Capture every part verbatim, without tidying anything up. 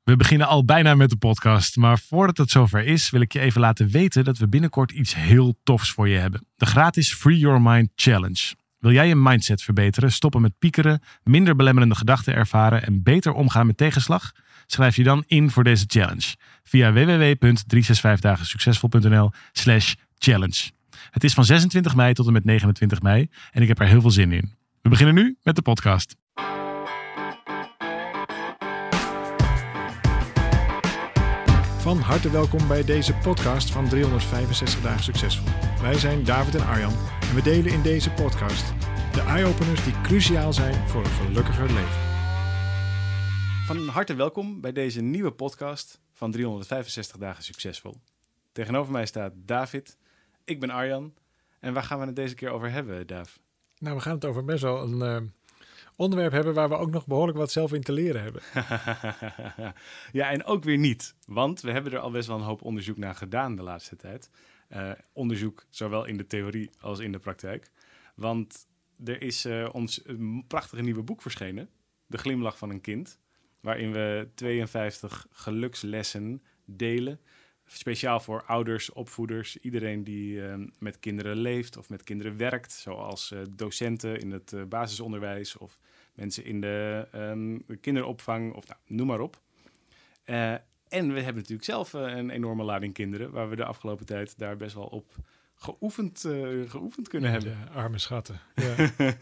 We beginnen al bijna met de podcast, maar voordat het zover is wil ik je even laten weten dat we binnenkort iets heel tofs voor je hebben. De gratis Free Your Mind Challenge. Wil jij je mindset verbeteren, stoppen met piekeren, minder belemmerende gedachten ervaren en beter omgaan met tegenslag? Schrijf je dan in voor deze challenge via w w w punt driehonderdzesenzestig dagen succesvol punt n l slash challenge. Het is van zesentwintig mei tot en met negenentwintig mei en ik heb er heel veel zin in. We beginnen nu met de podcast. Van harte welkom bij deze podcast van driehonderdvijfenzestig dagen succesvol. Wij zijn David en Arjan en we delen in deze podcast de eye-openers die cruciaal zijn voor een gelukkiger leven. Van harte welkom bij deze nieuwe podcast van driehonderdvijfenzestig dagen succesvol. Tegenover mij staat David, ik ben Arjan en waar gaan we het deze keer over hebben, Dav? Nou, we gaan het over best wel een uh, onderwerp hebben waar we ook nog behoorlijk wat zelf in te leren hebben. Ja, en ook weer niet, want we hebben er al best wel een hoop onderzoek naar gedaan de laatste tijd. Uh, onderzoek zowel in de theorie als in de praktijk. Want er is uh, ons een prachtige nieuwe boek verschenen, De Glimlach van een Kind, waarin we tweeënvijftig gelukslessen delen. Speciaal voor ouders, opvoeders, iedereen die uh, met kinderen leeft of met kinderen werkt. Zoals uh, docenten in het uh, basisonderwijs of mensen in de um, kinderopvang of nou, noem maar op. Uh, en we hebben natuurlijk zelf uh, een enorme lading kinderen, waar we de afgelopen tijd daar best wel op geoefend, uh, geoefend kunnen ja, hebben. De arme schatten. Ja.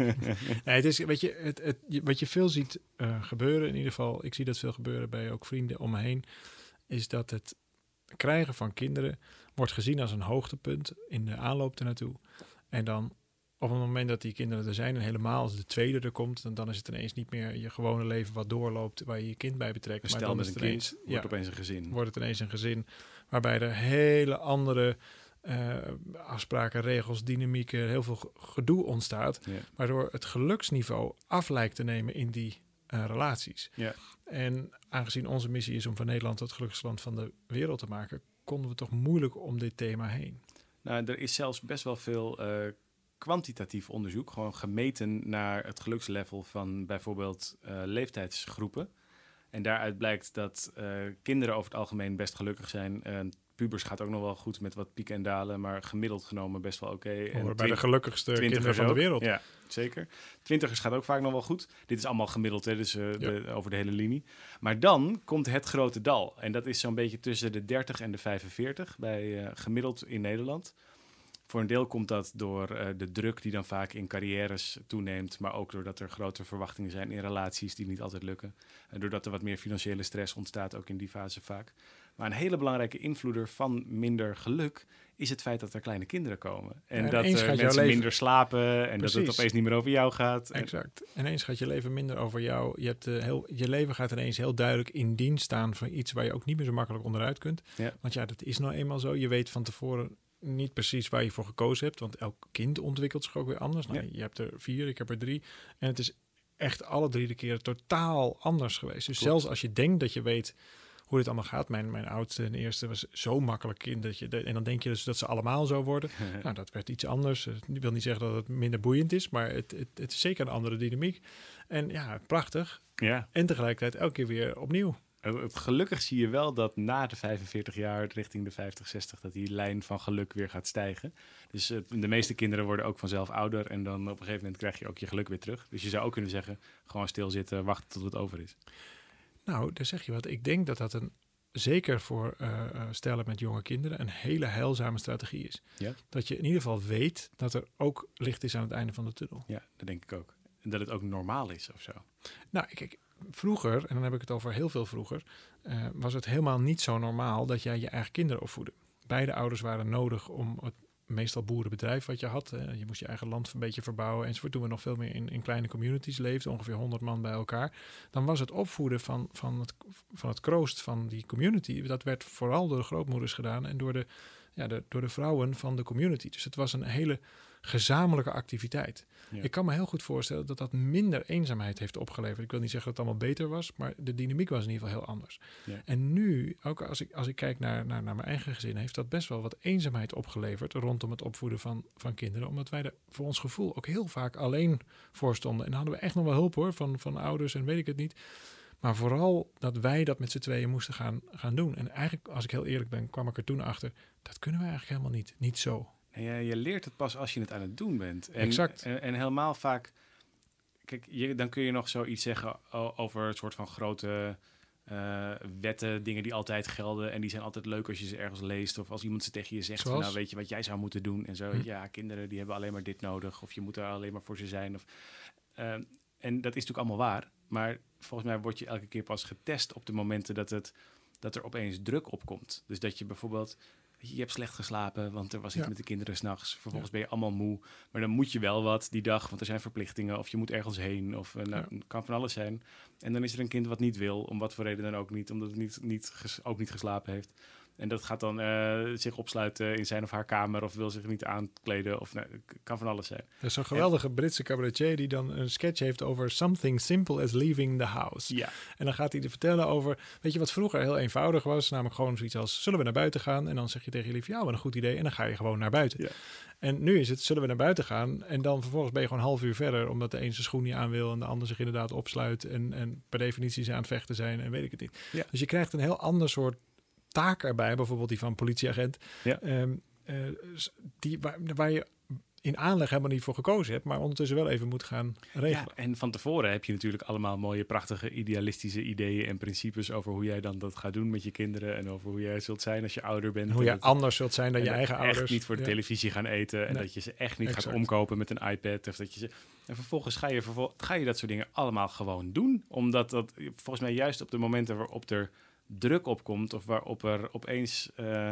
Nee, het is, weet je, het, het, wat je veel ziet uh, gebeuren, in ieder geval, ik zie dat veel gebeuren bij ook vrienden om me heen, is dat het krijgen van kinderen wordt gezien als een hoogtepunt in de aanloop ernaartoe. En dan op het moment dat die kinderen er zijn en helemaal als de tweede er komt, dan, dan is het ineens niet meer je gewone leven wat doorloopt waar je je kind bij betrekt. Stel maar dan met is een het kind, ineens, wordt ja, opeens een gezin. Wordt het ineens een gezin waarbij er hele andere uh, afspraken, regels, dynamieken, heel veel gedoe ontstaat. Ja. Waardoor het geluksniveau af lijkt te nemen in die uh, relaties. Ja. En aangezien onze missie is om van Nederland tot het gelukkigste land van de wereld te maken, konden we toch moeilijk om dit thema heen. Nou, er is zelfs best wel veel uh, kwantitatief onderzoek, gewoon gemeten naar het gelukslevel van bijvoorbeeld uh, leeftijdsgroepen. En daaruit blijkt dat uh, kinderen over het algemeen best gelukkig zijn. Uh, pubers gaat ook nog wel goed met wat pieken en dalen, maar gemiddeld genomen best wel oké. Okay. Bij twint- de gelukkigste kinderen van ook. de wereld. Ja, zeker. Twintigers gaat ook vaak nog wel goed. Dit is allemaal gemiddeld, hè, dus uh, ja. de, over de hele linie. Maar dan komt het grote dal. En dat is zo'n beetje tussen de dertig en de vijfenveertig, bij uh, gemiddeld in Nederland. Voor een deel komt dat door uh, de druk die dan vaak in carrières toeneemt, maar ook doordat er grote verwachtingen zijn in relaties die niet altijd lukken. En doordat er wat meer financiële stress ontstaat, ook in die fase vaak. Maar een hele belangrijke invloeder van minder geluk is het feit dat er kleine kinderen komen. En, en dat uh, mensen leven... minder slapen en Precies. dat het opeens niet meer over jou gaat. Exact. En ineens gaat je leven minder over jou. Je, hebt, uh, heel, je leven gaat ineens heel duidelijk in dienst staan van iets waar je ook niet meer zo makkelijk onderuit kunt. Ja. Want ja, dat is nou eenmaal zo. Je weet van tevoren niet precies waar je voor gekozen hebt, want elk kind ontwikkelt zich ook weer anders. Nou, ja. Je hebt er vier, ik heb er drie. En het is echt alle drie de keren totaal anders geweest. Dus Klopt. Zelfs als je denkt dat je weet hoe dit allemaal gaat. Mijn, mijn oudste en eerste was zo makkelijk kind. Dat je de, en dan denk je dus dat ze allemaal zo worden. Nou, dat werd iets anders. Ik wil niet zeggen dat het minder boeiend is, maar het, het, het is zeker een andere dynamiek. En ja, prachtig. Ja. En tegelijkertijd elke keer weer opnieuw. Het, gelukkig zie je wel dat na de vijfenveertig jaar richting de vijftig, zestig... dat die lijn van geluk weer gaat stijgen. Dus uh, de meeste kinderen worden ook vanzelf ouder en dan op een gegeven moment krijg je ook je geluk weer terug. Dus je zou ook kunnen zeggen, gewoon stilzitten, wachten tot het over is. Nou, daar zeg je wat. Ik denk dat dat een, zeker voor uh, stellen met jonge kinderen, een hele heilzame strategie is. Ja? Dat je in ieder geval weet dat er ook licht is aan het einde van de tunnel. Ja, dat denk ik ook. En dat het ook normaal is of zo. Nou, kijk, vroeger, en dan heb ik het over heel veel vroeger, uh, was het helemaal niet zo normaal dat jij je eigen kinderen opvoedde. Beide ouders waren nodig om het meestal boerenbedrijf wat je had. Uh, je moest je eigen land een beetje verbouwen enzovoort. Toen we nog veel meer in, in kleine communities leefden, ongeveer honderd man bij elkaar. Dan was het opvoeden van, van, het, van het kroost van die community, dat werd vooral door de grootmoeders gedaan en door de, ja, de, door de vrouwen van de community. Dus het was een hele gezamenlijke activiteit. Ja. Ik kan me heel goed voorstellen dat dat minder eenzaamheid heeft opgeleverd. Ik wil niet zeggen dat het allemaal beter was, maar de dynamiek was in ieder geval heel anders. Ja. En nu, ook als ik, als ik kijk naar, naar, naar mijn eigen gezin, heeft dat best wel wat eenzaamheid opgeleverd rondom het opvoeden van, van kinderen. Omdat wij er voor ons gevoel ook heel vaak alleen voor stonden. En dan hadden we echt nog wel hulp hoor, van, van ouders en weet ik het niet. Maar vooral dat wij dat met z'n tweeën moesten gaan, gaan doen. En eigenlijk, als ik heel eerlijk ben, kwam ik er toen achter, dat kunnen we eigenlijk helemaal niet. Niet zo. En je, je leert het pas als je het aan het doen bent. En, Exact. En, en helemaal vaak, kijk, je, dan kun je nog zoiets zeggen o- over een soort van grote uh, wetten, dingen die altijd gelden. En die zijn altijd leuk als je ze ergens leest. Of als iemand ze tegen je zegt, van, nou weet je wat jij zou moeten doen. En zo, hm. ja, kinderen die hebben alleen maar dit nodig. Of je moet er alleen maar voor ze zijn. Of, uh, en dat is natuurlijk allemaal waar. Maar volgens mij word je elke keer pas getest op de momenten dat, het, dat er opeens druk opkomt. Dus dat je bijvoorbeeld, je hebt slecht geslapen, want er was iets ja. met de kinderen 's nachts. Vervolgens ja. ben je allemaal moe. Maar dan moet je wel wat die dag, want er zijn verplichtingen. Of je moet ergens heen. Of uh, nou, ja. kan van alles zijn. En dan is er een kind wat niet wil, om wat voor reden dan ook niet. Omdat het niet, niet ges, ook niet geslapen heeft. En dat gaat dan uh, zich opsluiten in zijn of haar kamer of wil zich niet aankleden. Of nee, kan van alles zijn. Er is zo'n geweldige en, Britse cabaretier die dan een sketch heeft over something simple as leaving the house. Ja. En dan gaat hij er vertellen over, weet je wat vroeger heel eenvoudig was? Namelijk gewoon zoiets als, zullen we naar buiten gaan? En dan zeg je tegen je lief, ja, wat een goed idee. En dan ga je gewoon naar buiten. Ja. En nu is het, zullen we naar buiten gaan? En dan vervolgens ben je gewoon een half uur verder, omdat de een zijn schoen niet aan wil en de ander zich inderdaad opsluit. En, en per definitie ze aan het vechten zijn en weet ik het niet. Ja. Dus je krijgt een heel ander soort taak erbij, bijvoorbeeld die van politieagent, ja. um, uh, die, waar, waar je in aanleg helemaal niet voor gekozen hebt, maar ondertussen wel even moet gaan regelen. Ja, en van tevoren heb je natuurlijk allemaal mooie, prachtige, idealistische ideeën en principes over hoe jij dan dat gaat doen met je kinderen en over hoe jij zult zijn als je ouder bent. En hoe jij het, anders zult zijn dan je eigen echt ouders. niet voor de ja. televisie gaan eten en nee. dat je ze echt niet exact. gaat omkopen met een iPad. Of dat je ze... En vervolgens ga je, vervol... ga je dat soort dingen allemaal gewoon doen, omdat dat volgens mij juist op de momenten waarop er druk opkomt of waarop er opeens uh,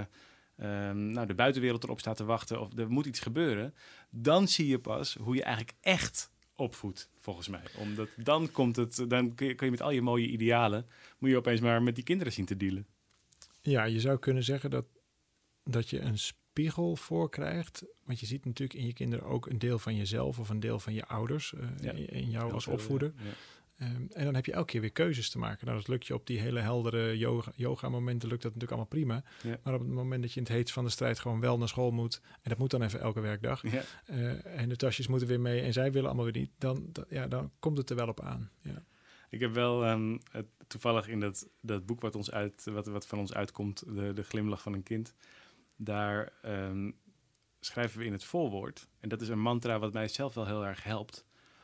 um, nou, de buitenwereld erop staat te wachten of er moet iets gebeuren, dan zie je pas hoe je eigenlijk echt opvoedt, volgens mij. Omdat dan komt het, dan kun je, kun je met al je mooie idealen, moet je opeens maar met die kinderen zien te dealen. Ja, je zou kunnen zeggen dat, dat je een spiegel voorkrijgt, want je ziet natuurlijk in je kinderen ook een deel van jezelf of een deel van je ouders, uh, ja, in, in jou als opvoeder. Ja. Um, en dan heb je elke keer weer keuzes te maken. Nou, dat lukt je op die hele heldere yoga, yoga momenten lukt dat natuurlijk allemaal prima. Ja. Maar op het moment dat je in het heetst van de strijd gewoon wel naar school moet, en dat moet dan even elke werkdag, ja. uh, en de tasjes moeten weer mee en zij willen allemaal weer niet, dan, dat, ja, dan komt het er wel op aan. Ja. Ik heb wel um, het, toevallig in dat, dat boek wat, ons uit, wat, wat van ons uitkomt, de, de glimlach van een kind, daar um, schrijven we in het voorwoord, en dat is een mantra wat mij zelf wel heel erg helpt,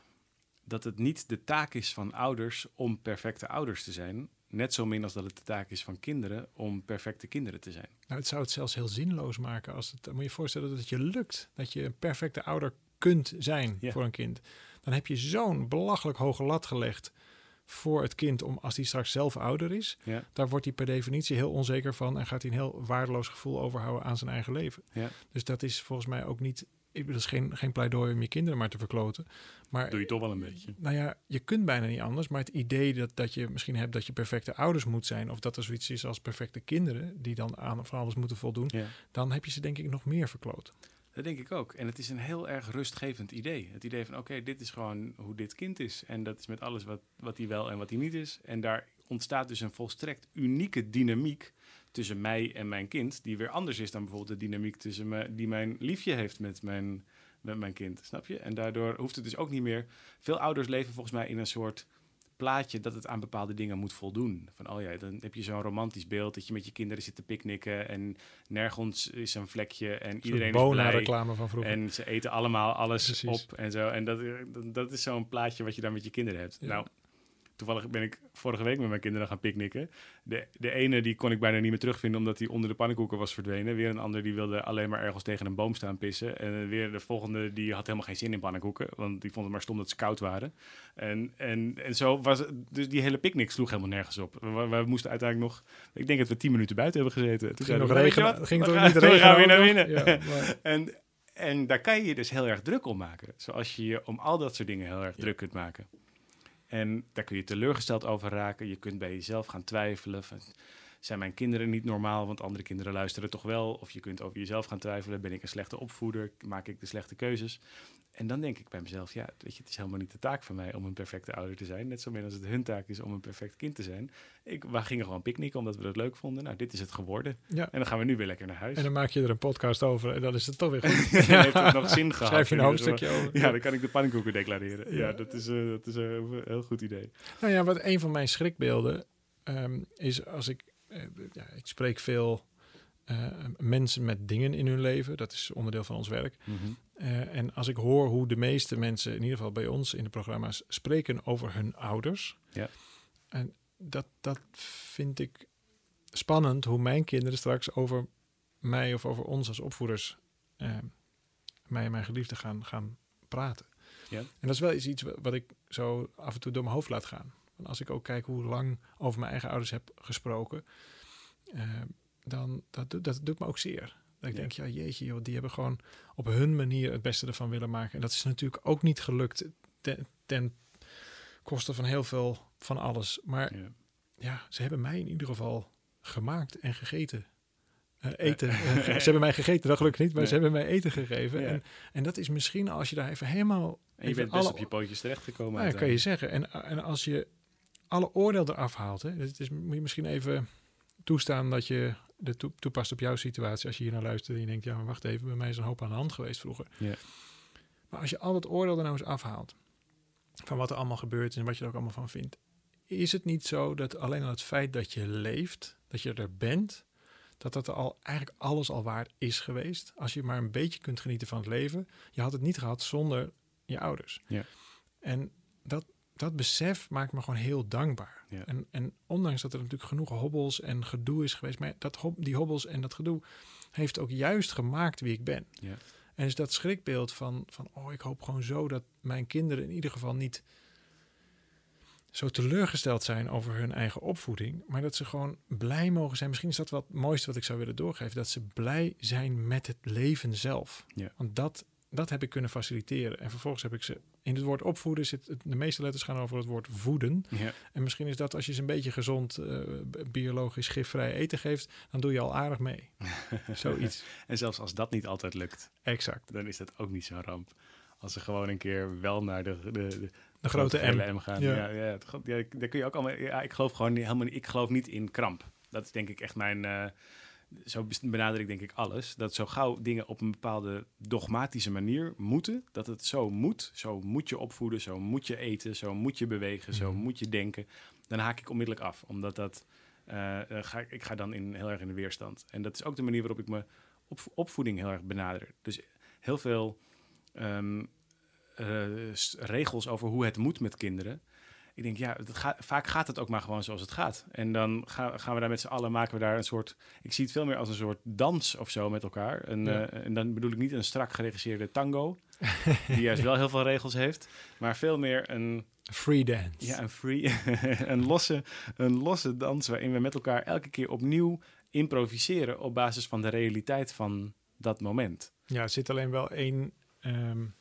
dat het niet de taak is van ouders om perfecte ouders te zijn. Net zo min als dat het de taak is van kinderen om perfecte kinderen te zijn. Nou, het zou het zelfs heel zinloos maken. Als het, moet je je voorstellen dat het je lukt. Dat je een perfecte ouder kunt zijn ja. voor een kind. Dan heb je zo'n belachelijk hoge lat gelegd voor het kind om als hij straks zelf ouder is. Ja. Daar wordt hij per definitie heel onzeker van en gaat hij een heel waardeloos gevoel overhouden aan zijn eigen leven. Ja. Dus dat is volgens mij ook niet... Ik bedoel, dat is geen, geen pleidooi om je kinderen maar te verkloten. Maar, doe je toch wel een beetje. Nou ja, je kunt bijna niet anders. Maar het idee dat, dat je misschien hebt dat je perfecte ouders moet zijn, of dat er zoiets is als perfecte kinderen die dan aan van alles moeten voldoen, ja. dan heb je ze denk ik nog meer verkloot. Dat denk ik ook. En het is een heel erg rustgevend idee. Het idee van, oké, okay, dit is gewoon hoe dit kind is. En dat is met alles wat, wat hij wel en wat hij niet is. En daar ontstaat dus een volstrekt unieke dynamiek tussen mij en mijn kind, die weer anders is dan bijvoorbeeld de dynamiek tussen me, die mijn liefje heeft met mijn, met mijn kind, snap je? En daardoor hoeft het dus ook niet meer... Veel ouders leven volgens mij in een soort plaatje dat het aan bepaalde dingen moet voldoen. Van, oh ja, dan heb je zo'n romantisch beeld dat je met je kinderen zit te picknicken en nergens is een vlekje en zo'n iedereen is blij. Reclame van vroeger. En ze eten allemaal alles Precies. op en zo. En dat, dat is zo'n plaatje wat je dan met je kinderen hebt. Ja. Nou, toevallig ben ik vorige week met mijn kinderen gaan picknicken. De, de ene die kon ik bijna niet meer terugvinden omdat hij onder de pannenkoeken was verdwenen. Weer een ander die wilde alleen maar ergens tegen een boom staan pissen. En weer de volgende die had helemaal geen zin in pannenkoeken. Want die vond het maar stom dat ze koud waren. En, en, en zo was het. Dus die hele picknick sloeg helemaal nergens op. We, we moesten uiteindelijk nog... Ik denk dat we tien minuten buiten hebben gezeten. Toen ging nog we, regenen. Ging toch gaan, niet regenen? Gaan we naar binnen. Ja, maar... en, en daar kan je je dus heel erg druk om maken. Zoals je je om al dat soort dingen heel erg ja. druk kunt maken. En daar kun je teleurgesteld over raken. Je kunt bij jezelf gaan twijfelen. Van, zijn mijn kinderen niet normaal? Want andere kinderen luisteren toch wel. Of je kunt over jezelf gaan twijfelen. Ben ik een slechte opvoeder? Maak ik de slechte keuzes? en dan denk ik bij mezelf, ja, weet je, het is helemaal niet de taak van mij om een perfecte ouder te zijn. Net zo min als het hun taak is om een perfect kind te zijn. Ik, we gingen gewoon picknicken omdat we dat leuk vonden. Nou, dit is het geworden. Ja. En dan gaan we nu weer lekker naar huis. En dan maak je er een podcast over en dan is het toch weer goed. Dan heeft het nog zin gehad. Schrijf je een hoofdstukje over. Ja, dan kan ik de pannenkoeken declareren. Ja, Ja. dat is, uh, dat is uh, een heel goed idee. Nou ja, wat een van mijn schrikbeelden um, is als ik... Uh, ja, ik spreek veel uh, mensen met dingen in hun leven. Dat is onderdeel van ons werk. Mm-hmm. Uh, en als ik hoor hoe de meeste mensen, in ieder geval bij ons in de programma's, spreken over hun ouders. Ja. En dat, dat vind ik spannend, hoe mijn kinderen straks over mij of over ons als opvoeders, uh, mij en mijn geliefde gaan, gaan praten. Ja. En dat is wel iets, iets wat ik zo af en toe door mijn hoofd laat gaan. Want als ik ook kijk hoe lang over mijn eigen ouders heb gesproken, uh, dan dat, dat, dat doet me ook zeer. Dat ik Ja. denk, ja jeetje joh, die hebben gewoon op hun manier het beste ervan willen maken. En dat is natuurlijk ook niet gelukt ten, ten koste van heel veel van alles. Maar ja. ja, ze hebben mij in ieder geval gemaakt en gegeten. Uh, eten. Uh, ze hebben mij gegeten, dat gelukkig niet, maar nee. ze hebben mij eten gegeven. Ja. En, en dat is misschien als je daar even helemaal... En je bent best alle, op je pootjes terechtgekomen. Nou, ja, kan je zeggen. En, en als je alle oordeel eraf haalt, hè, het is, moet je misschien even toestaan dat je de toe, toepast op jouw situatie. Als je hier naar luistert en je denkt, ja, maar wacht even, bij mij is een hoop aan de hand geweest vroeger. Ja. Maar als je al het oordeel er nou eens afhaalt, van wat er allemaal gebeurt is en wat je er ook allemaal van vindt, is het niet zo dat alleen al het feit dat je leeft, dat je er bent, dat dat al eigenlijk alles al waard is geweest. Als je maar een beetje kunt genieten van het leven. Je had het niet gehad zonder je ouders. Ja. En dat, dat besef maakt me gewoon heel dankbaar. Ja. En, en ondanks dat er natuurlijk genoeg hobbels en gedoe is geweest, maar dat, die hobbels en dat gedoe heeft ook juist gemaakt wie ik ben. Ja. En is dat schrikbeeld van, van, oh, ik hoop gewoon zo dat mijn kinderen in ieder geval niet zo teleurgesteld zijn over hun eigen opvoeding, maar dat ze gewoon blij mogen zijn. Misschien is dat wel het mooiste wat ik zou willen doorgeven, dat ze blij zijn met het leven zelf. Ja. Want dat, dat heb ik kunnen faciliteren. En vervolgens heb ik ze, in het woord opvoeden zit, het, de meeste letters gaan over het woord voeden. Ja. En misschien is dat als je ze een beetje gezond, uh, biologisch gifvrij eten geeft, dan doe je al aardig mee. Zoiets. En zelfs als dat niet altijd lukt, exact, dan is dat ook niet zo'n ramp. Als ze gewoon een keer wel naar de, de, de, de grote M. M gaan. Ja. Ja, ja, het, ja, daar kun je ook allemaal. Ja, ik geloof gewoon niet, helemaal niet. Ik geloof niet in kramp. Dat is denk ik echt mijn. Uh, zo benader ik denk ik alles. Dat zo gauw dingen op een bepaalde dogmatische manier moeten. Dat het zo moet. Zo moet je opvoeden. Zo moet je eten. Zo moet je bewegen. Mm. Zo moet je denken. Dan haak ik onmiddellijk af. Omdat dat. Uh, ga, ik ga dan in, heel erg in de weerstand. En dat is ook de manier waarop ik mijn op, opvoeding heel erg benader. Dus heel veel. Um, uh, regels over hoe het moet met kinderen. Ik denk, ja, dat ga, vaak gaat het ook maar gewoon zoals het gaat. En dan ga, gaan we daar met z'n allen, maken we daar een soort... Ik zie het veel meer als een soort dans of zo met elkaar. En, ja. uh, en dan bedoel ik niet een strak geregisseerde tango, die juist wel heel veel regels heeft, maar veel meer een... Free dance. Ja, een free... een, losse, een losse dans waarin we met elkaar elke keer opnieuw improviseren op basis van de realiteit van dat moment. Ja, er zit alleen wel één... Um...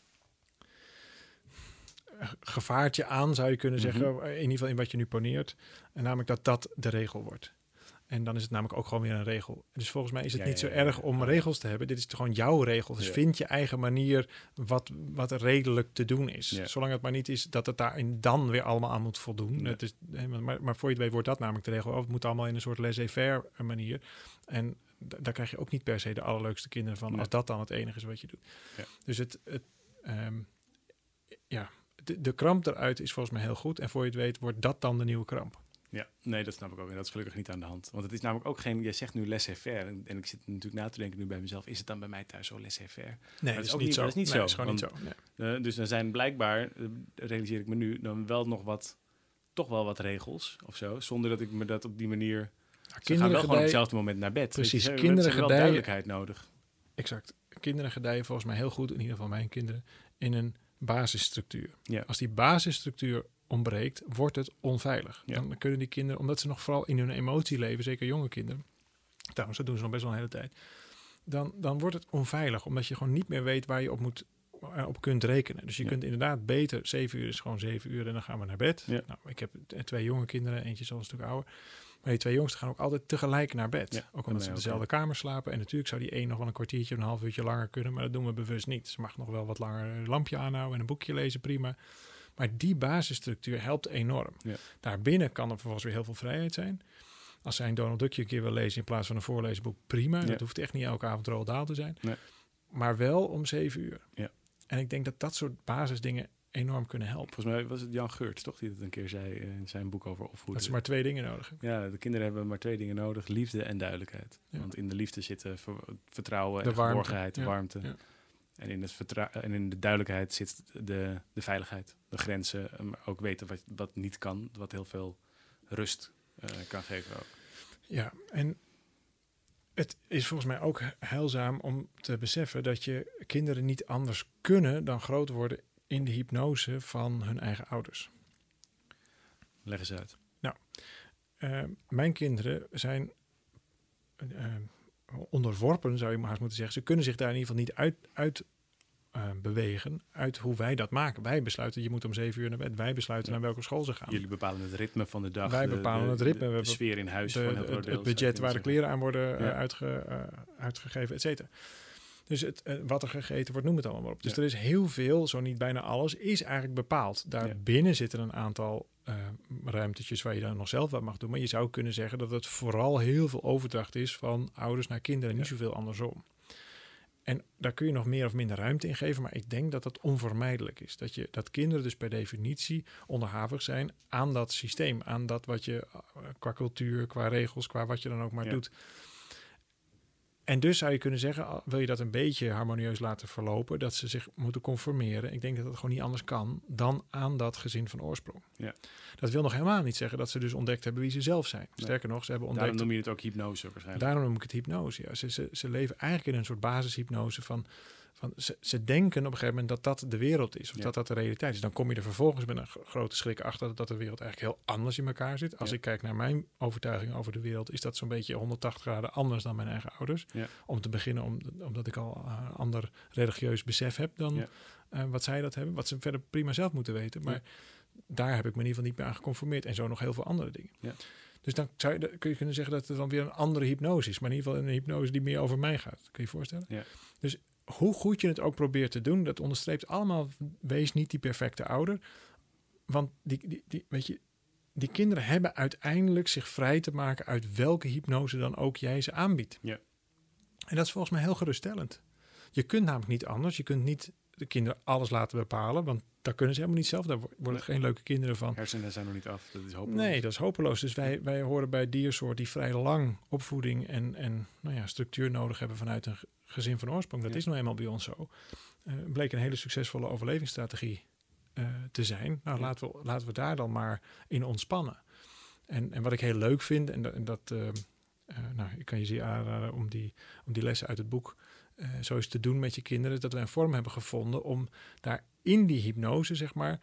gevaartje aan, zou je kunnen zeggen, mm-hmm. in ieder geval in wat je nu poneert. En namelijk dat dat de regel wordt. En dan is het namelijk ook gewoon weer een regel. Dus volgens mij is het ja, niet ja, zo ja, erg om ja. regels te hebben. Dit is gewoon jouw regel. Dus ja. vind je eigen manier wat, wat redelijk te doen is. Ja. Zolang het maar niet is dat het daarin dan weer allemaal aan moet voldoen. Ja. Het is, maar, maar voor je het weet wordt dat namelijk de regel. Oh, het moet allemaal in een soort laissez-faire manier. En d- daar krijg je ook niet per se de allerleukste kinderen van, ja. als dat dan het enige is wat je doet. Ja. Dus het... het um, ja... De, de kramp eruit is volgens mij heel goed. En voor je het weet, wordt dat dan de nieuwe kramp. Ja, nee, dat snap ik ook. En dat is gelukkig niet aan de hand. Want het is namelijk ook geen... Je zegt nu laissez-faire. En, en ik zit natuurlijk na te denken nu bij mezelf. Is het dan bij mij thuis zo laissez-faire? Nee, dat is, is ook niet zo. Dat is niet nee, zo. Dat is gewoon want, niet zo. Nee. Uh, dus er zijn blijkbaar, uh, realiseer ik me nu, dan wel nog wat... Toch wel wat regels of zo. Zonder dat ik me dat op die manier... Ja, ze gaan wel gedij... gewoon op hetzelfde moment naar bed. Precies, je, kinderen gedijen... wel duidelijkheid nodig. Exact. Kinderen gedijen volgens mij heel goed, in ieder geval mijn kinderen, in een basisstructuur. Ja. Als die basisstructuur ontbreekt, wordt het onveilig. Ja. Dan kunnen die kinderen, omdat ze nog vooral in hun emotie leven, zeker jonge kinderen, trouwens, dat doen ze nog best wel een hele tijd, dan, dan wordt het onveilig, omdat je gewoon niet meer weet waar je op moet op kunt rekenen. Dus je ja. kunt inderdaad beter, zeven uur is gewoon zeven uur en dan gaan we naar bed. Ja. Nou, ik heb twee jonge kinderen, eentje is al een stuk ouder. Maar die twee jongsten gaan ook altijd tegelijk naar bed. Ja, ook omdat ze in dezelfde kamer slapen. En natuurlijk zou die één nog wel een kwartiertje, een half uurtje langer kunnen. Maar dat doen we bewust niet. Ze mag nog wel wat langer een lampje aanhouden en een boekje lezen, prima. Maar die basisstructuur helpt enorm. Ja. Daarbinnen kan er vervolgens weer heel veel vrijheid zijn. Als zij een Donald Duckje een keer wil lezen in plaats van een voorleesboek, prima. Ja. Dat hoeft echt niet elke avond Roald Dahl te zijn. Nee. Maar wel om zeven uur. Ja. En ik denk dat dat soort basisdingen enorm kunnen helpen. Volgens mij was het Jan Geurts, toch, die het een keer zei in zijn boek over opvoeden. Dat ze maar twee dingen nodig hebben. Ja, de kinderen hebben maar twee dingen nodig. Liefde en duidelijkheid. Ja. Want in de liefde zitten ver- vertrouwen de en warmte. geborgenheid, de ja. warmte. Ja. En in, het vertrou- en in de duidelijkheid zit de, de veiligheid. De grenzen, maar ook weten wat, wat niet kan. Wat heel veel rust uh, kan geven ook. Ja, en het is volgens mij ook heilzaam om te beseffen dat je kinderen niet anders kunnen dan groot worden in de hypnose van hun eigen ouders. Leg eens uit. Nou, uh, mijn kinderen zijn uh, onderworpen, zou je maar eens moeten zeggen. Ze kunnen zich daar in ieder geval niet uit, uit uh, bewegen, uit hoe wij dat maken. Wij besluiten, je moet om zeven uur naar bed. Wij besluiten ja. naar welke school ze gaan. Jullie bepalen het ritme van de dag. Wij bepalen de, het ritme. De, de, de, de sfeer in huis. De, van heel het, het budget waar de kleren aan worden ja. uh, uitge, uh, uitgegeven, et cetera. Dus het, uh, wat er gegeten wordt, noem het allemaal maar op. Dus ja. er is heel veel, zo niet bijna alles, is eigenlijk bepaald. Daarbinnen ja. zitten een aantal uh, ruimtetjes waar je dan nog zelf wat mag doen. Maar je zou kunnen zeggen dat het vooral heel veel overdracht is van ouders naar kinderen. Ja. Niet zoveel andersom. En daar kun je nog meer of minder ruimte in geven. Maar ik denk dat dat onvermijdelijk is. Dat, je, dat kinderen dus per definitie onderhavig zijn aan dat systeem. Aan dat wat je uh, qua cultuur, qua regels, qua wat je dan ook maar ja. doet. En dus zou je kunnen zeggen, wil je dat een beetje harmonieus laten verlopen, dat ze zich moeten conformeren. Ik denk dat dat gewoon niet anders kan dan aan dat gezin van oorsprong. Ja. Dat wil nog helemaal niet zeggen dat ze dus ontdekt hebben wie ze zelf zijn. Nee. Sterker nog, ze hebben ontdekt... Daarom noem je het ook hypnose waarschijnlijk. Daarom noem ik het hypnose, ja. Ze, ze, ze leven eigenlijk in een soort basishypnose van... van ze, ze denken op een gegeven moment dat dat de wereld is. Of ja. dat dat de realiteit is. Dan kom je er vervolgens met een grote schrik achter dat de wereld eigenlijk heel anders in elkaar zit. Als ja. ik kijk naar mijn overtuiging over de wereld, is dat zo'n beetje honderdtachtig graden anders dan mijn eigen ouders. Ja. Om te beginnen, om, omdat ik al een uh, ander religieus besef heb dan ja. uh, wat zij dat hebben. Wat ze verder prima zelf moeten weten. Maar ja. daar heb ik me in ieder geval niet meer aan geconformeerd. En zo nog heel veel andere dingen. Ja. Dus dan zou je, kun je kunnen zeggen dat het dan weer een andere hypnose is. Maar in ieder geval een hypnose die meer over mij gaat. Kun je je voorstellen? Ja. Dus hoe goed je het ook probeert te doen, dat onderstreept allemaal, wees niet die perfecte ouder. Want die, die, die, weet je, die kinderen hebben uiteindelijk zich vrij te maken uit welke hypnose dan ook jij ze aanbiedt. Ja. En dat is volgens mij heel geruststellend. Je kunt namelijk niet anders. Je kunt niet de kinderen alles laten bepalen, want daar kunnen ze helemaal niet zelf. Daar worden nee. geen leuke kinderen van. Hersenen zijn nog niet af. Dat is hopeloos. Nee, dat is hopeloos. Dus wij, wij horen bij diersoort die vrij lang opvoeding en, en nou ja, structuur nodig hebben vanuit een gezin van oorsprong. Dat ja. is nou eenmaal bij ons zo. Uh, bleek een hele succesvolle overlevingsstrategie uh, te zijn. Nou, ja. laten, we, laten we daar dan maar in ontspannen. En, en wat ik heel leuk vind, en dat, en dat uh, uh, nou, ik kan je zeer aanraden om die, om die lessen uit het boek uh, zo eens te doen met je kinderen, dat we een vorm hebben gevonden om daar in die hypnose, zeg maar,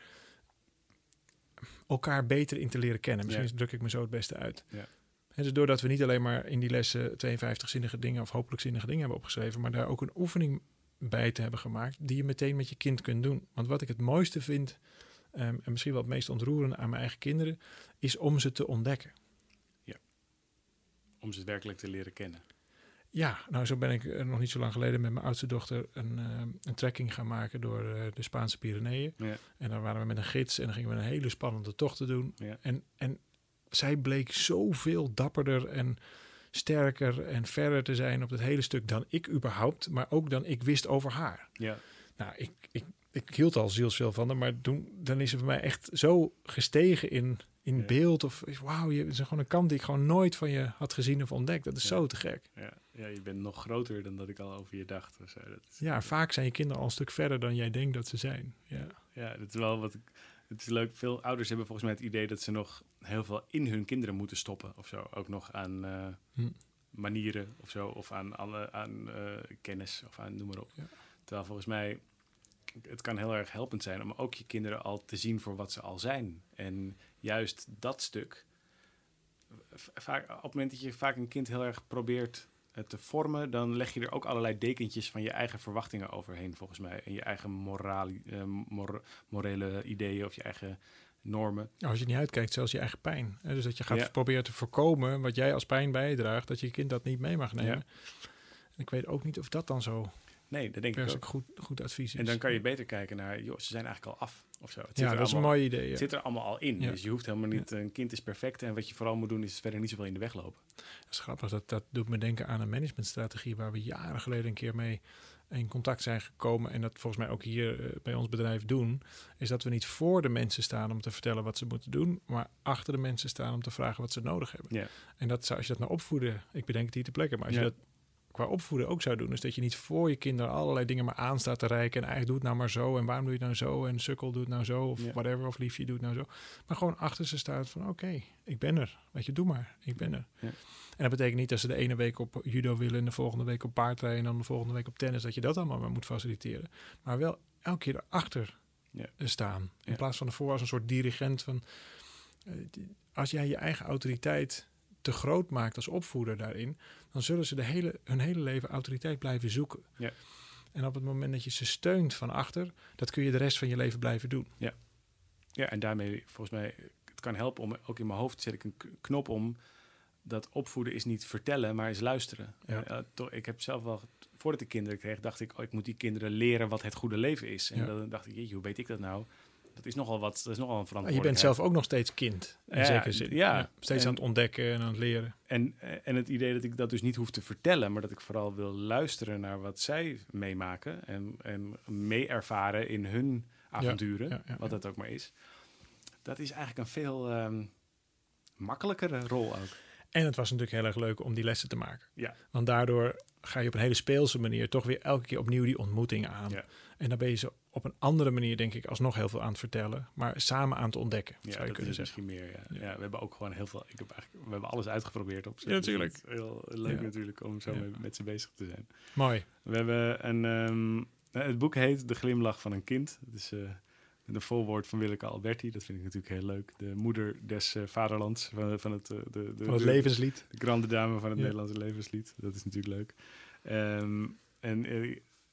elkaar beter in te leren kennen. Misschien ja. druk ik me zo het beste uit. Ja. En dus doordat we niet alleen maar in die lessen tweeënvijftig zinnige dingen of hopelijk zinnige dingen hebben opgeschreven, maar daar ook een oefening bij te hebben gemaakt die je meteen met je kind kunt doen. Want wat ik het mooiste vind, um, en misschien wel het meest ontroerende aan mijn eigen kinderen, is om ze te ontdekken. Ja, om ze werkelijk te leren kennen. Ja, nou zo ben ik uh, nog niet zo lang geleden met mijn oudste dochter een, uh, een trekking gaan maken door uh, de Spaanse Pyreneeën. Ja. En dan waren we met een gids en dan gingen we een hele spannende tocht te doen. Ja. En, en zij bleek zoveel dapperder en sterker en verder te zijn op het hele stuk dan ik überhaupt, maar ook dan ik wist over haar. Ja. Nou, ik, ik, ik hield al zielsveel van haar, maar toen, dan is ze voor mij echt zo gestegen in, in ja. beeld. Of wauw, je is gewoon een kant die ik gewoon nooit van je had gezien of ontdekt. Dat is ja. zo te gek. Ja. ja, je bent nog groter dan dat ik al over je dacht. Of zo. Dat is, ja, vaak zijn je kinderen al een stuk verder dan jij denkt dat ze zijn. Ja, ja dat is wel wat ik... Het is leuk, veel ouders hebben volgens mij het idee dat ze nog heel veel in hun kinderen moeten stoppen of zo. Ook nog aan uh, hm. manieren of zo, of aan, alle, aan uh, kennis of aan noem maar op. Ja. Terwijl volgens mij, het kan heel erg helpend zijn om ook je kinderen al te zien voor wat ze al zijn. En juist dat stuk, vaak, op het moment dat je vaak een kind heel erg probeert te vormen, dan leg je er ook allerlei dekentjes van je eigen verwachtingen overheen, volgens mij. En je eigen moraal, uh, mor- morele ideeën of je eigen normen. Als je niet uitkijkt, zelfs je eigen pijn. Hè? Dus dat je gaat Ja. proberen te voorkomen wat jij als pijn bijdraagt, dat je kind dat niet mee mag nemen. Ja. En ik weet ook niet of dat dan zo Nee, dat denk ik per se ook. goed, goed advies is. En dan kan je beter kijken naar, joh, ze zijn eigenlijk al af of zo. Het zit ja, er dat is een allemaal- mooi idee. Ja. Het zit er allemaal al in. Ja. Dus je hoeft helemaal niet, een kind is perfect. En wat je vooral moet doen, is verder niet zoveel in de weg lopen. Dat is grappig, dat, dat doet me denken aan een managementstrategie waar we jaren geleden een keer mee in contact zijn gekomen en dat volgens mij ook hier uh, bij ons bedrijf doen, is dat we niet voor de mensen staan om te vertellen wat ze moeten doen, maar achter de mensen staan om te vragen wat ze nodig hebben. Ja. En dat zou, als je dat nou opvoeden, ik bedenk het hier ter plekke, maar als Ja. je dat qua opvoeden ook zou doen, is dat je niet voor je kinderen allerlei dingen maar aan staat te reiken en eigenlijk doe het nou maar zo en waarom doe je het nou zo en sukkel doet het nou zo of Ja. whatever of liefje doet het nou zo. Maar gewoon achter ze staat van oké, okay, ik ben er. Weet je, doe maar. Ik ben er. Ja. En dat betekent niet dat ze de ene week op judo willen en de volgende week op paardrijden en dan de volgende week op tennis, dat je dat allemaal maar moet faciliteren. Maar wel elke keer erachter Ja. staan. In Ja. plaats van ervoor als een soort dirigent van uh, als jij je eigen autoriteit te groot maakt als opvoeder daarin, dan zullen ze de hele, hun hele leven autoriteit blijven zoeken. Ja. En op het moment dat je ze steunt van achter, dat kun je de rest van je leven blijven doen. Ja, en daarmee volgens mij, het kan helpen om, ook in mijn hoofd zet ik een k- knop om, dat opvoeden is niet vertellen, maar is luisteren. Ja. Uh, toch, ik heb zelf wel, voordat ik kinderen kreeg, dacht ik, oh, ik moet die kinderen leren wat het goede leven is. En Ja. dan dacht ik, jeetje, hoe weet ik dat nou? Dat is nogal wat, dat is nogal een Maar je verantwoordelijkheid. bent zelf ook nog steeds kind, in Ja, zekere zin. ja. Steeds En- aan het ontdekken en aan het leren. En, en het idee dat ik dat dus niet hoef te vertellen, maar dat ik vooral wil luisteren naar wat zij meemaken en, en mee ervaren in hun avonturen, ja, ja, wat ja. dat ook maar is. Dat is eigenlijk een veel ehm, makkelijkere rol ook. En het was natuurlijk heel erg leuk om die lessen te maken. Ja. Want daardoor ga je op een hele speelse manier toch weer elke keer opnieuw die ontmoeting aan. Ja. En dan ben je ze op een andere manier, denk ik, alsnog heel veel aan het vertellen. Maar samen aan het ontdekken, Ja, zou je dat kunnen is zeggen. misschien meer. Ja. Ja. Ja, we hebben ook gewoon heel veel. Ik heb eigenlijk, we hebben alles uitgeprobeerd op zich. Ja, Dus natuurlijk. het is heel leuk Ja. natuurlijk om zo Ja. met, met ze bezig te zijn. Mooi. We hebben een. ehm, het boek heet De Glimlach van een Kind. Het is uh, de volwoord van Willeke Alberti. Dat vind ik natuurlijk heel leuk. De moeder des uh, vaderlands van, van het, uh, de, de, Van het de, levenslied. de grande dame van het Ja. Nederlandse levenslied. Dat is natuurlijk leuk. Um, en uh,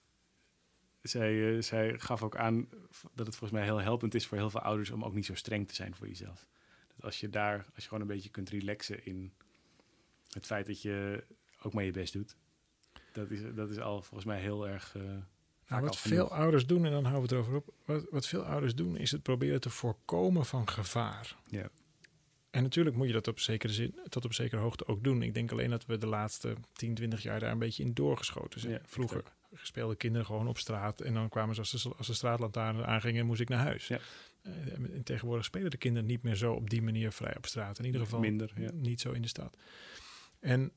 zij, uh, zij gaf ook aan dat het volgens mij heel helpend is voor heel veel ouders om ook niet zo streng te zijn voor jezelf. Dat als je daar, als je gewoon een beetje kunt relaxen in het feit dat je ook maar je best doet. Dat is, dat is al volgens mij heel erg. Uh, Nou, wat veel ouders doen, en dan houden we het erover op. Wat, wat veel ouders doen, is het proberen te voorkomen van gevaar. Ja. En natuurlijk moet je dat op zekere zin, tot op zekere hoogte ook doen. Ik denk alleen dat we de laatste tien, twintig jaar daar een beetje in doorgeschoten zijn. Ja, Vroeger speelden kinderen gewoon op straat. En dan kwamen ze als de, als de straatlantaarn aangingen, moest ik naar huis. Ja. Uh, en tegenwoordig spelen de kinderen niet meer zo op die manier vrij op straat. In ieder geval minder, ja. niet zo in de stad. En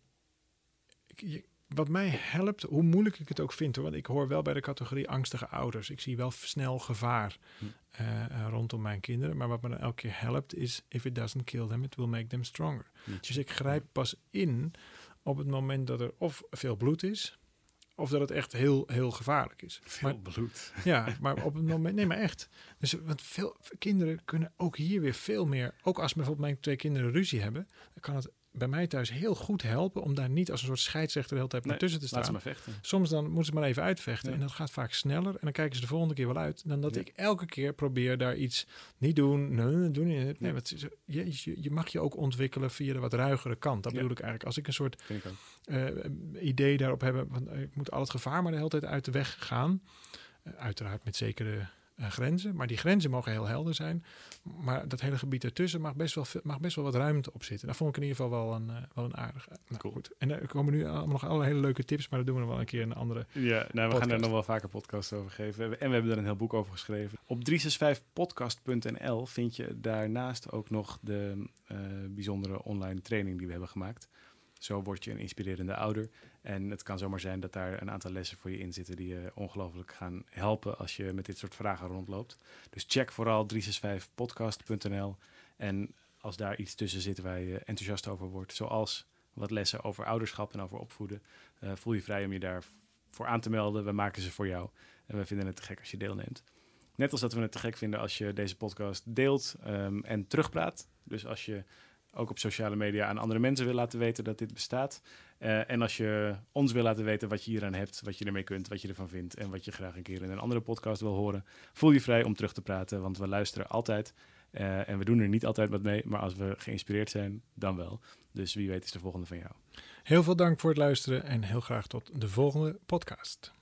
ik, je, wat mij helpt, hoe moeilijk ik het ook vind, hoor, want ik hoor wel bij de categorie angstige ouders. Ik zie wel snel gevaar hm. uh, uh, rondom mijn kinderen. Maar wat me dan elke keer helpt is, if it doesn't kill them, it will make them stronger. Niet Dus ik grijp pas in op het moment dat er of veel bloed is, of dat het echt heel, heel gevaarlijk is. Veel maar, bloed. Ja, maar op het moment, nee, maar echt. Dus, want veel kinderen kunnen ook hier weer veel meer, ook als bijvoorbeeld mijn twee kinderen ruzie hebben, dan kan het bij mij thuis heel goed helpen om daar niet als een soort scheidsrechter de hele tijd maar Nee, tussen te staan. Laat ze maar vechten. Soms dan moeten ze maar even uitvechten. Ja. En dat gaat vaak sneller. En dan kijken ze de volgende keer wel uit. Dan dat Ja. ik elke keer probeer daar iets niet doen. Nee, nee, doen niet. Nee, Ja. wat, je, je, je mag je ook ontwikkelen via de wat ruigere kant. Dat Ja. bedoel ik eigenlijk. Als ik een soort Vind ik ook. uh, idee daarop heb. Van, uh, ik moet al het gevaar maar de hele tijd uit de weg gaan. Uh, uiteraard met zekere uh, grenzen. Maar die grenzen mogen heel helder zijn. Maar dat hele gebied ertussen mag best wel, mag best wel wat ruimte op zitten. Dat vond ik in ieder geval wel een, uh, wel een aardige. Nou, Cool. goed. En er komen nu allemaal nog alle hele leuke tips. Maar dat doen we nog wel een keer in een andere. Ja, nou, we podcast. gaan er nog wel vaker podcasts over geven. En we hebben er een heel boek over geschreven. Op drie zes vijf podcast punt n l vind je daarnaast ook nog de uh, bijzondere online training die we hebben gemaakt. Zo word je een inspirerende ouder. En het kan zomaar zijn dat daar een aantal lessen voor je in zitten die je ongelooflijk gaan helpen als je met dit soort vragen rondloopt. Dus check vooral drie zes vijf podcast punt n l. En als daar iets tussen zit waar je enthousiast over wordt, zoals wat lessen over ouderschap en over opvoeden, uh, voel je vrij om je daarvoor aan te melden. We maken ze voor jou. En we vinden het te gek als je deelneemt. Net als dat we het te gek vinden als je deze podcast deelt um, en terugpraat. Dus als je ook op sociale media aan andere mensen wil laten weten dat dit bestaat. Uh, en als je ons wil laten weten wat je hieraan hebt, wat je ermee kunt, wat je ervan vindt en wat je graag een keer in een andere podcast wil horen, voel je vrij om terug te praten, want we luisteren altijd. Uh, en we doen er niet altijd wat mee, maar als we geïnspireerd zijn, dan wel. Dus wie weet is de volgende van jou. Heel veel dank voor het luisteren en heel graag tot de volgende podcast.